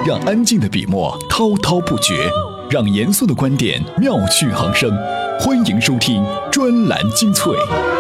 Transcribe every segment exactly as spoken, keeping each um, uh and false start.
让安静的笔墨滔滔不绝，让严肃的观点妙趣横生。欢迎收听专栏精粹。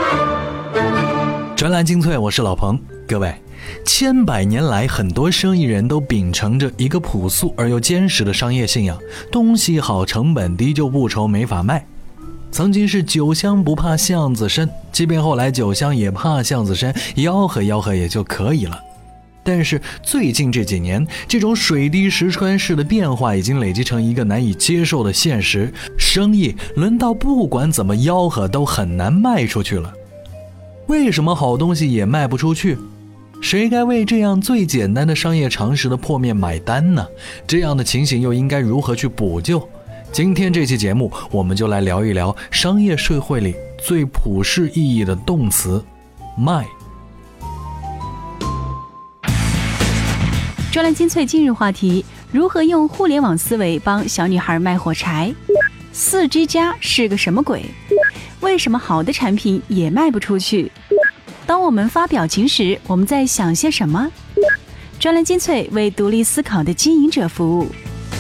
专栏精粹，我是老彭。各位，千百年来，很多生意人都秉承着一个朴素而又坚实的商业信仰：东西好、成本低就不愁没法卖。曾经是酒香不怕巷子深，即便后来酒香也怕巷子深，吆喝吆喝也就可以了。但是最近这几年，这种水滴石穿式的变化已经累积成一个难以接受的现实，生意轮到不管怎么吆喝都很难卖出去了。为什么好东西也卖不出去？谁该为这样最简单的商业常识的破灭买单呢？这样的情形又应该如何去补救？今天这期节目，我们就来聊一聊商业社会里最普世意义的动词卖。 专栏精粹今日话题：如何用互联网思维帮小女孩卖火柴？ 四 G 加是个什么鬼？为什么好的产品也卖不出去？当我们发表情时，我们在想些什么？专栏精粹为独立思考的经营者服务。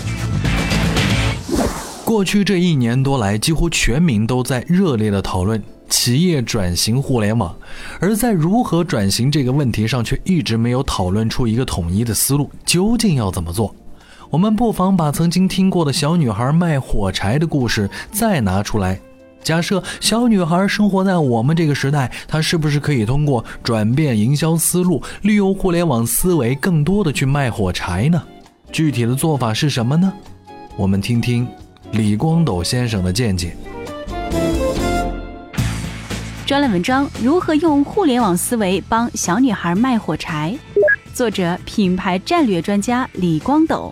过去这一年多来，几乎全民都在热烈地讨论企业转型互联网，而在如何转型这个问题上，却一直没有讨论出一个统一的思路，究竟要怎么做？我们不妨把曾经听过的小女孩卖火柴的故事再拿出来。假设小女孩生活在我们这个时代，她是不是可以通过转变营销思路，利用互联网思维更多的去卖火柴呢？具体的做法是什么呢？我们听听李光斗先生的见解。 专栏文章：如何用互联网思维帮小女孩卖火柴？作者：品牌战略专家李光斗。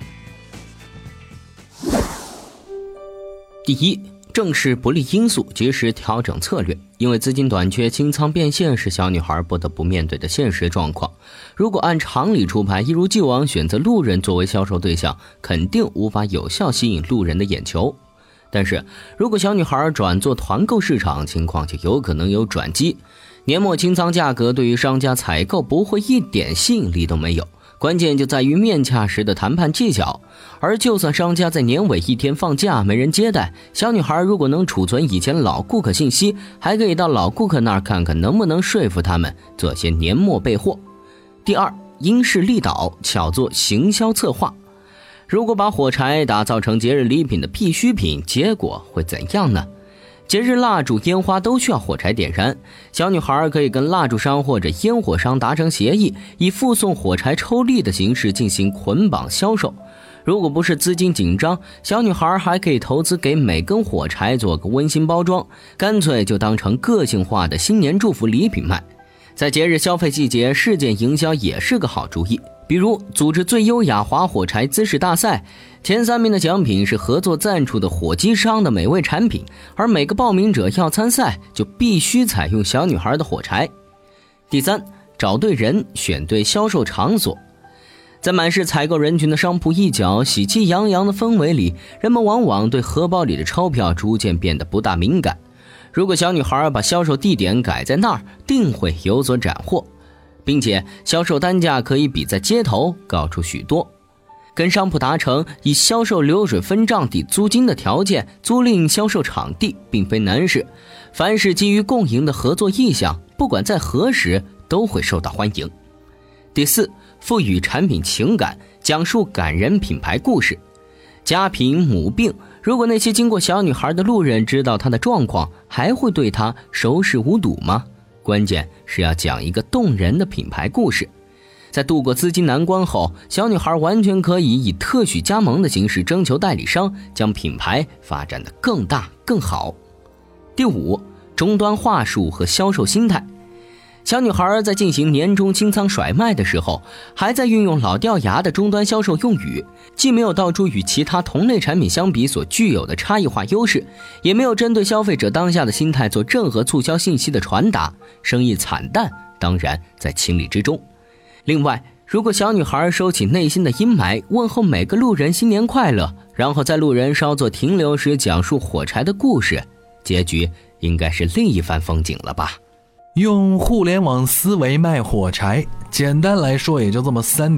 第一，正视不利因素，及时调整策略。因为资金短缺，清仓变现是小女孩不得不面对的现实状况。如果按常理出牌，一如既往选择路人作为销售对象，肯定无法有效吸引路人的眼球。但是如果小女孩转做团购市场，情况就有可能有转机。年末清仓价格对于商家采购不会一点吸引力都没有，关键就在于面洽时的谈判技巧。而就算商家在年尾一天放假没人接待，小女孩如果能储存以前老顾客信息，还可以到老顾客那儿看看能不能说服他们做些年末备货。第二，因势利导，巧做行销策划。如果把火柴打造成节日礼品的必需品，结果会怎样呢？节日蜡烛、烟花都需要火柴点燃，小女孩可以跟蜡烛商或者烟火商达成协议，以附送火柴抽例的形式进行捆绑销售。如果不是资金紧张，小女孩还可以投资给每根火柴做个温馨包装，干脆就当成个性化的新年祝福礼品卖。在节日消费季节，事件营销也是个好主意。比如组织最优雅划火柴姿势大赛，前三名的奖品是合作赞助的火机商的美味产品，而每个报名者要参赛就必须采用小女孩的火柴。第三，找对人，选对销售场所。在满是采购人群的商铺一角，喜气洋洋的氛围里，人们往往对荷包里的钞票逐渐变得不大敏感。如果小女孩把销售地点改在那儿，定会有所斩获，并且销售单价可以比在街头高出许多。跟商铺达成以销售流水分账抵租金的条件，租赁销售场地并非难事。凡是基于共赢的合作意向，不管在何时都会受到欢迎。第四，赋予产品情感，讲述感人品牌故事。家贫母病，如果那些经过小女孩的路人知道她的状况，还会对她熟视无睹吗？关键是要讲一个动人的品牌故事。在度过资金难关后，小女孩完全可以以特许加盟的形式征求代理商，将品牌发展得更大更好。第五，终端话术和销售心态。小女孩在进行年终清仓甩卖的时候，还在运用老掉牙的终端销售用语，既没有道出与其他同类产品相比所具有的差异化优势，也没有针对消费者当下的心态做任何促销信息的传达，生意惨淡当然在情理之中。另外，如果小女孩收起内心的阴霾，问候每个路人新年快乐，然后在路人稍作停留时讲述火柴的故事，结局应该是另一番风景了吧。 用互联网思维卖火柴，简单来说也就这么三点。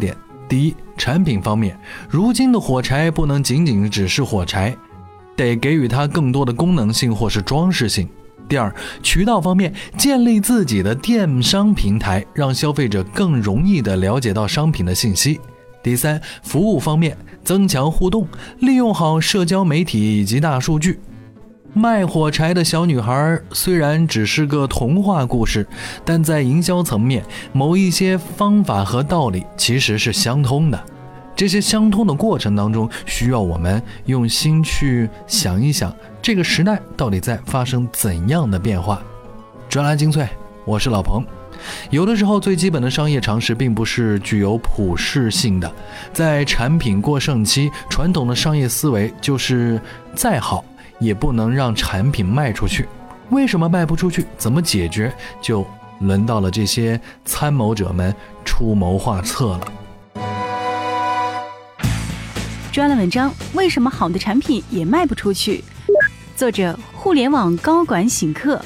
第一，产品方面，如今的火柴不能仅仅只是火柴，得给予它更多的功能性或是装饰性。第二，渠道方面，建立自己的电商平台，让消费者更容易地了解到商品的信息。第三，服务方面，增强互动，利用好社交媒体以及大数据。卖火柴的小女孩虽然只是个童话故事，但在营销层面，某一些方法和道理其实是相通的。这些相通的过程当中，需要我们用心去想一想，这个时代到底在发生怎样的变化。专栏精粹，我是老彭。有的时候最基本的商业常识并不是具有普适性的，在产品过剩期，传统的商业思维就是再好也不能让产品卖出去。为什么卖不出去？怎么解决？就轮到了这些参谋者们出谋划策了。 专栏文章：为什么好的产品也卖不出去？作者：互联网高管醒客。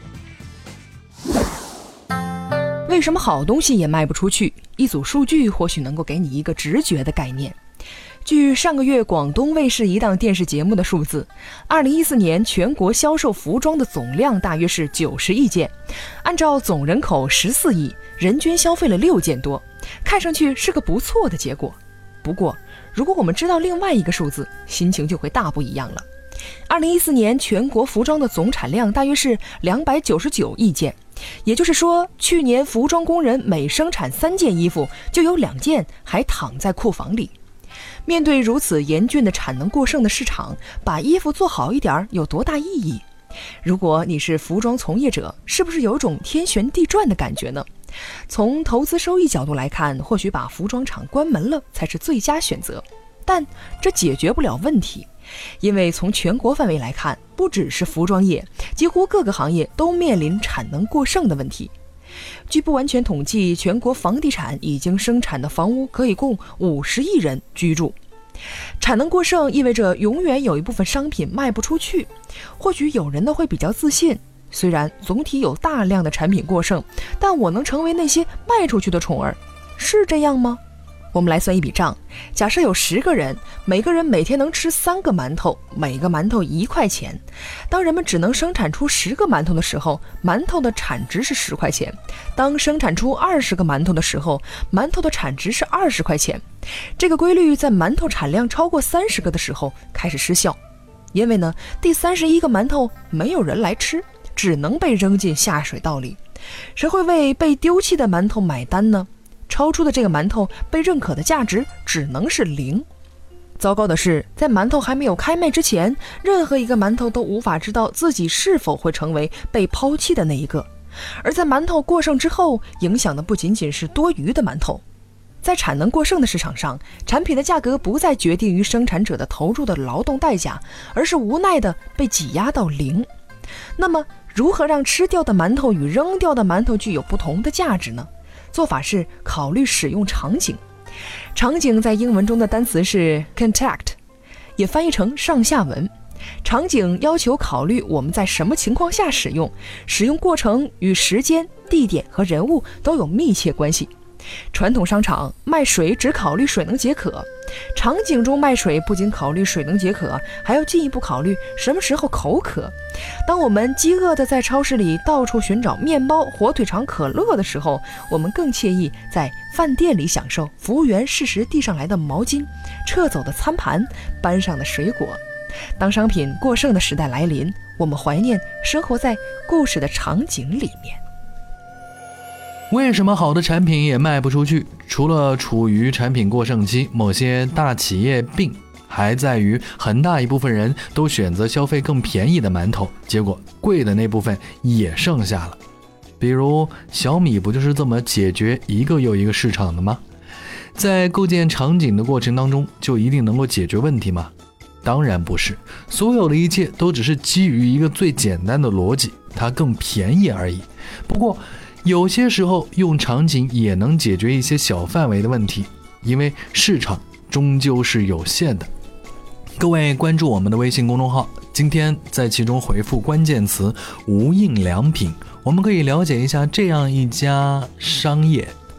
为什么好东西也卖不出去？一组数据或许能够给你一个直觉的概念。据上个月广东卫视一档电视节目的数字，二零一四年全国销售服装的总量大约是九十亿件，按照总人口十四亿，人均消费了六件多，看上去是个不错的结果。不过，如果我们知道另外一个数字，心情就会大不一样了。二零一四年全国服装的总产量大约是两百九十九亿件，也就是说，去年服装工人每生产三件衣服，就有两件还躺在库房里。面对如此严峻的产能过剩的市场，把衣服做好一点有多大意义？如果你是服装从业者，是不是有种天旋地转的感觉呢？从投资收益角度来看，或许把服装厂关门了才是最佳选择，但这解决不了问题。因为从全国范围来看，不只是服装业，几乎各个行业都面临产能过剩的问题。据不完全统计，全国房地产已经生产的房屋可以供五十亿人居住。产能过剩意味着永远有一部分商品卖不出去。或许有人呢会比较自信，虽然总体有大量的产品过剩，但我能成为那些卖出去的宠儿，是这样吗？我们来算一笔账，假设有十个人，每个人每天能吃三个馒头，每个馒头一块钱。当人们只能生产出十个馒头的时候，馒头的产值是十块钱；当生产出二十个馒头的时候，馒头的产值是二十块钱。这个规律在馒头产量超过三十个的时候开始失效，因为呢，第三十一个馒头没有人来吃，只能被扔进下水道里。谁会为被丢弃的馒头买单呢？超出的这个馒头被认可的价值只能是零。糟糕的是，在馒头还没有开卖之前，任何一个馒头都无法知道自己是否会成为被抛弃的那一个。而在馒头过剩之后，影响的不仅仅是多余的馒头。在产能过剩的市场上，产品的价格不再决定于生产者的投入的劳动代价，而是无奈的被挤压到零。那么，如何让吃掉的馒头与扔掉的馒头具有不同的价值呢？做法是考虑使用场景。场景在英文中的单词是 context， 也翻译成上下文。场景要求考虑我们在什么情况下使用，使用过程与时间、地点和人物都有密切关系。传统商场卖水只考虑水能解渴，场景中卖水不仅考虑水能解渴，还要进一步考虑什么时候口渴。当我们饥饿地在超市里到处寻找面包、火腿肠、可乐的时候，我们更惬意在饭店里享受服务员适时递上来的毛巾、撤走的餐盘、搬上的水果。当商品过剩的时代来临，我们怀念生活在故事的场景里面。 为什么好的产品也卖不出去？除了处于产品过剩期，某些大企业病还在于很大一部分人都选择消费更便宜的馒头，结果贵的那部分也剩下了。比如小米不就是这么解决一个又一个市场的吗？在构建场景的过程当中，就一定能够解决问题吗？当然不是，所有的一切都只是基于一个最简单的逻辑，它更便宜而已。不过有些时候用场景也能解决一些小范围的问题，因为市场终究是有限的。各位关注我们的微信公众号，今天在其中回复关键词无印良品，我们可以了解一下这样一家商业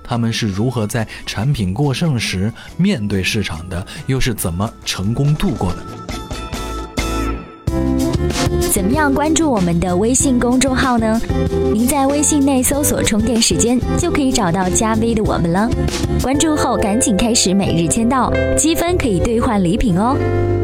他们是如何在产品过剩时面对市场的，又是怎么成功度过的？ 怎么样关注我们的微信公众号呢？您在微信内搜索充电时间，就可以找到加 V 的我们了。关注后赶紧开始每日签到，积分可以兑换礼品哦。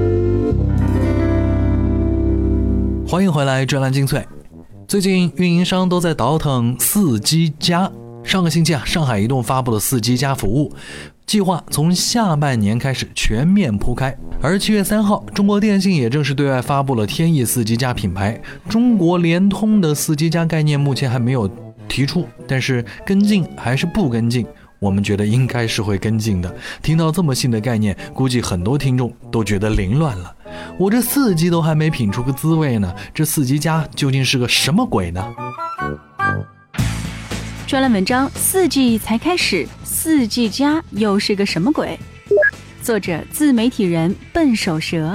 欢迎回来，专栏精粹。最近运营商都在倒腾四 G 加。上个星期啊，上海移动发布了四 G 加服务，计划从下半年开始全面铺开。而七月三号，中国电信也正式对外发布了天翼四 G 加品牌。中国联通的四 G 加概念目前还没有提出，但是跟进还是不跟进，我们觉得应该是会跟进的。听到这么新的概念，估计很多听众都觉得凌乱了。我这四 G 都还没品出个滋味呢，这四 G 加究竟是个什么鬼呢？ 专栏文章：四 G 才开始，四 G 加又是个什么鬼？作者：自媒体人笨手蛇。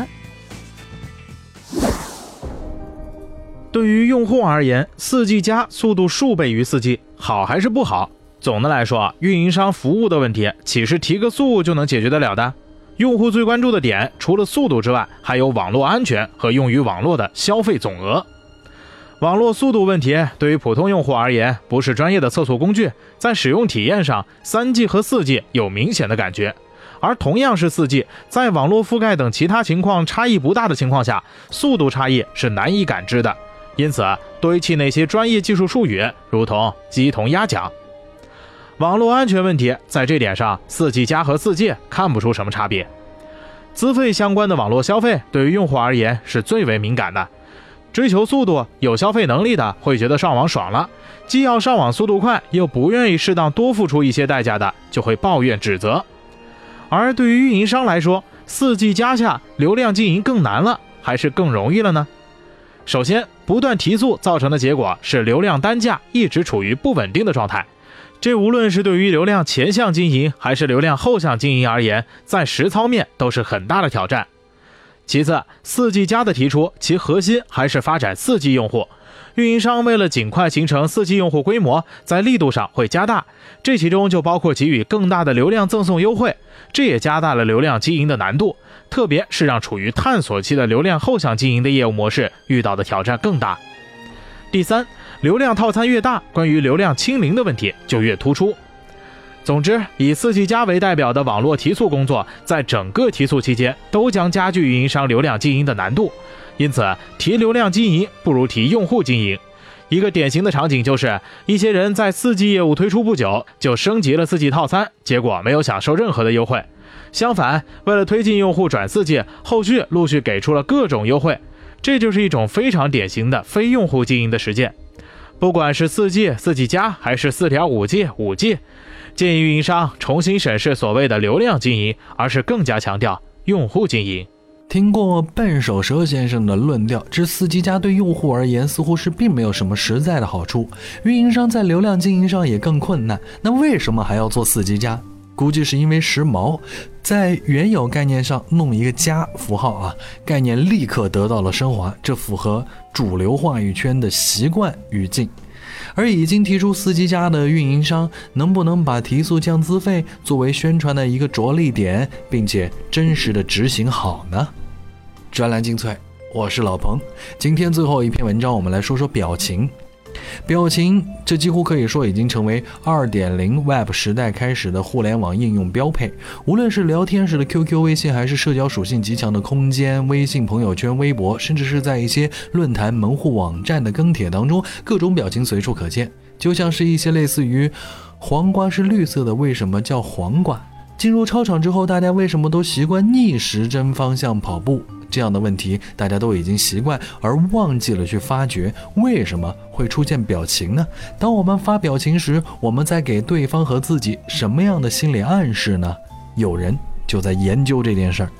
对于用户而言，四 G 加速度数倍于四 G， 好还是不好？总的来说，运营商服务的问题岂是提个速就能解决得了的？用户最关注的点，除了速度之外，还有网络安全和用于网络的消费总额。网络速度问题对于普通用户而言，不是专业的测速工具，在使用体验上 三 G 和四 G 有明显的感觉。而同样是四 G， 在网络覆盖等其他情况差异不大的情况下，速度差异是难以感知的。因此，堆砌那些专业技术术语，如同鸡同鸭讲。网络安全问题在这点上 ，四 G 加和四 G 看不出什么差别。资费相关的网络消费对于用户而言是最为敏感的。追求速度、有消费能力的会觉得上网爽了，既要上网速度快，又不愿意适当多付出一些代价的，就会抱怨指责。而对于运营商来说， 四 G 加下流量经营更难了，还是更容易了呢？首先，不断提速造成的结果是流量单价一直处于不稳定的状态，这无论是对于流量前向经营还是流量后向经营而言，在实操面都是很大的挑战。其次， 四 G 加的提出，其核心还是发展 四 G 用户。运营商为了尽快形成 四 G 用户规模，在力度上会加大，这其中就包括给予更大的流量赠送优惠，这也加大了流量经营的难度，特别是让处于探索期的流量后向经营的业务模式遇到的挑战更大。第三，流量套餐越大，关于流量清零的问题就越突出。总之，以 四 G 加为代表的网络提速工作，在整个提速期间都将加剧运营商流量经营的难度。因此，提流量经营不如提用户经营。一个典型的场景就是，一些人在 四 G 业务推出不久就升级了 四 G 套餐，结果没有享受任何的优惠。相反，为了推进用户转 四 G， 后续陆续给出了各种优惠，这就是一种非常典型的非用户经营的实践。不管是 四 G、四 G 加还是 四点五 G、五 G，建议运营商重新审视所谓的流量经营，而是更加强调用户经营。 听过笨手蛇先生的论调，这 四 G 加对用户而言似乎是并没有什么实在的好处，运营商在流量经营上也更困难。那为什么还要做 四 G 加？估计是因为时髦，在原有概念上弄一个加符号啊，概念立刻得到了升华，这符合主流话语圈的习惯语境。而已经提出 四 G 加的运营商，能不能把提速降资费作为宣传的一个着力点，并且真实的执行好呢？专栏精粹，我是老彭。今天最后一篇文章，我们来说说表情。表情，这几乎可以说已经成为 二点零 Web 时代开始的互联网应用标配。无论是聊天时的 Q Q、微信，还是社交属性极强的空间、微信朋友圈、微博，甚至是在一些论坛、门户网站的跟帖当中，各种表情随处可见。就像是一些类似于黄瓜是绿色的，为什么叫黄瓜？进入操场之后，大家为什么都习惯逆时针方向跑步？这样的问题大家都已经习惯，而忘记了去发掘为什么会出现表情呢？当我们发表情时，我们在给对方和自己什么样的心理暗示呢？有人就在研究这件事儿。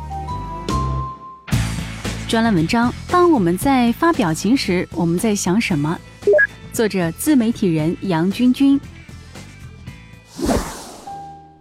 专栏文章：当我们在发表情时，我们在想什么？作者：自媒体人杨君君。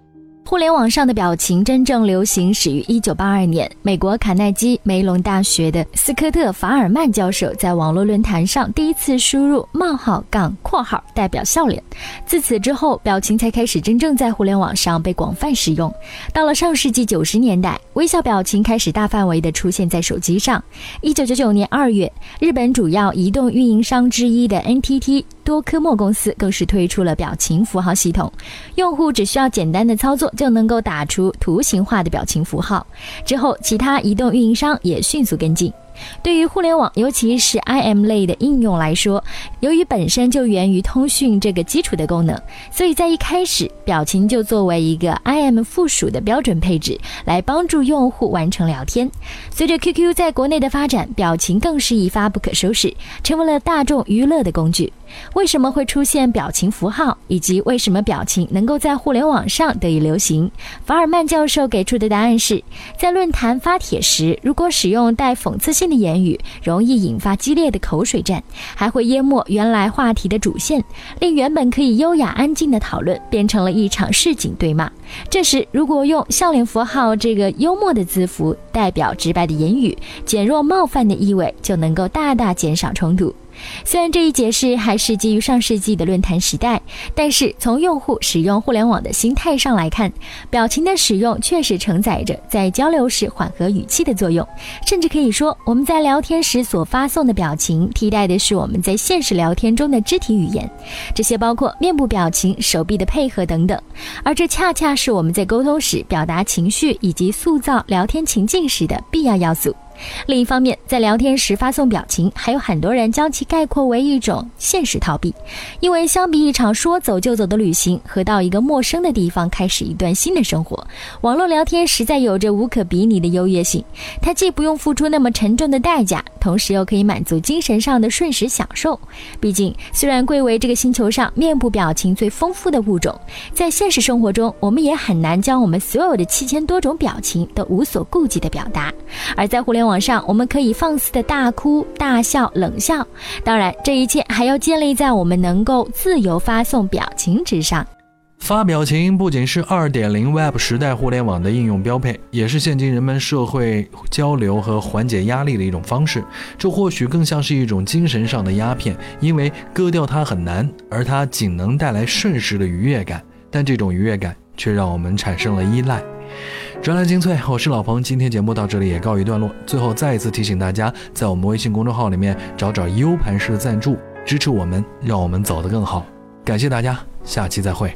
互联网上的表情真正流行始于一九八二年，美国卡耐基梅隆大学的斯科特·法尔曼教授在网络论坛上第一次输入冒号杠括号代表笑脸。自此之后，表情才开始真正在互联网上被广泛使用。到了上世纪九十年代，微笑表情开始大范围地出现在手机上。一九九九年二月，日本主要移动运营商之一的 N T T 多科莫公司更是推出了表情符号系统，用户只需要简单的操作就能够打出图形化的表情符号。之后，其他移动运营商也迅速跟进。对于互联网，尤其是 I M 类的应用来说，由于本身就源于通讯这个基础的功能，所以在一开始，表情就作为一个 I M 附属的标准配置，来帮助用户完成聊天。随着 Q Q 在国内的发展，表情更是一发不可收拾，成为了大众娱乐的工具。为什么会出现表情符号，以及为什么表情能够在互联网上得以流行？法尔曼教授给出的答案是，在论坛发帖时，如果使用带讽刺性的言语，容易引发激烈的口水战，还会淹没原来话题的主线，令原本可以优雅安静的讨论变成了一场市井对骂。这时，如果用笑脸符号这个幽默的字符代表直白的言语，减弱冒犯的意味，就能够大大减少冲突。虽然这一解释还是基于上世纪的论坛时代，但是从用户使用互联网的心态上来看，表情的使用确实承载着在交流时缓和语气的作用。甚至可以说，我们在聊天时所发送的表情，替代的是我们在现实聊天中的肢体语言，这些包括面部表情、手臂的配合等等。而这恰恰是我们在沟通时表达情绪以及塑造聊天情境时的必要要素。另一方面，在聊天时发送表情，还有很多人将其概括为一种现实逃避，因为相比一场说走就走的旅行和到一个陌生的地方开始一段新的生活，网络聊天实在有着无可比拟的优越性。它既不用付出那么沉重的代价，同时又可以满足精神上的瞬时享受。毕竟，虽然贵为这个星球上面部表情最丰富的物种，在现实生活中，我们也很难将我们所有的七千多种表情都无所顾忌的表达。而在互联网网上，我们可以放肆的大哭、大笑、冷笑，当然，这一切还要建立在我们能够自由发送表情之上。 发表情不仅是 二点零 Web 时代互联网的应用标配，也是现今人们社会交流和缓解压力的一种方式。这或许更像是一种精神上的鸦片，因为割掉它很难，而它仅能带来瞬时的愉悦感，但这种愉悦感却让我们产生了依赖。专栏精粹，我是老彭，今天节目到这里也告一段落。最后再一次提醒大家，在我们微信公众号里面找找 U 盘式赞助，支持我们，让我们走得更好。感谢大家，下期再会。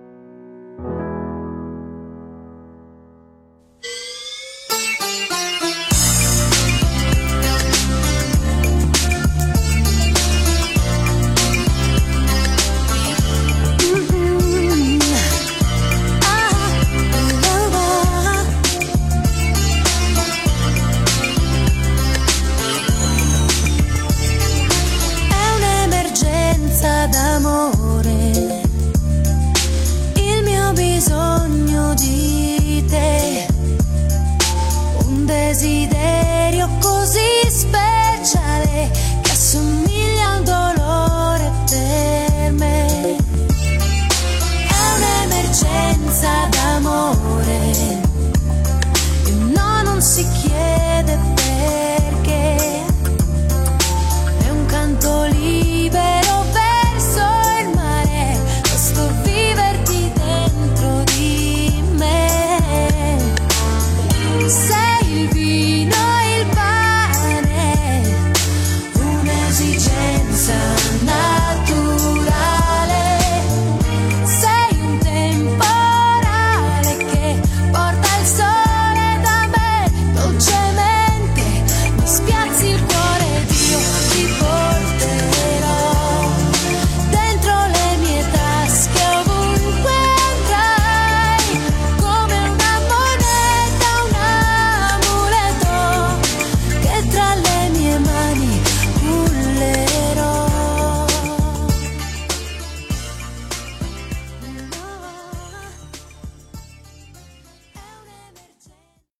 Desiderio così speciale che assomiglia a un dolore per me. È un'emergenza d'amore e no, non si chiede perché. È un canto libero verso il mare, basta viverti dentro di me. Sei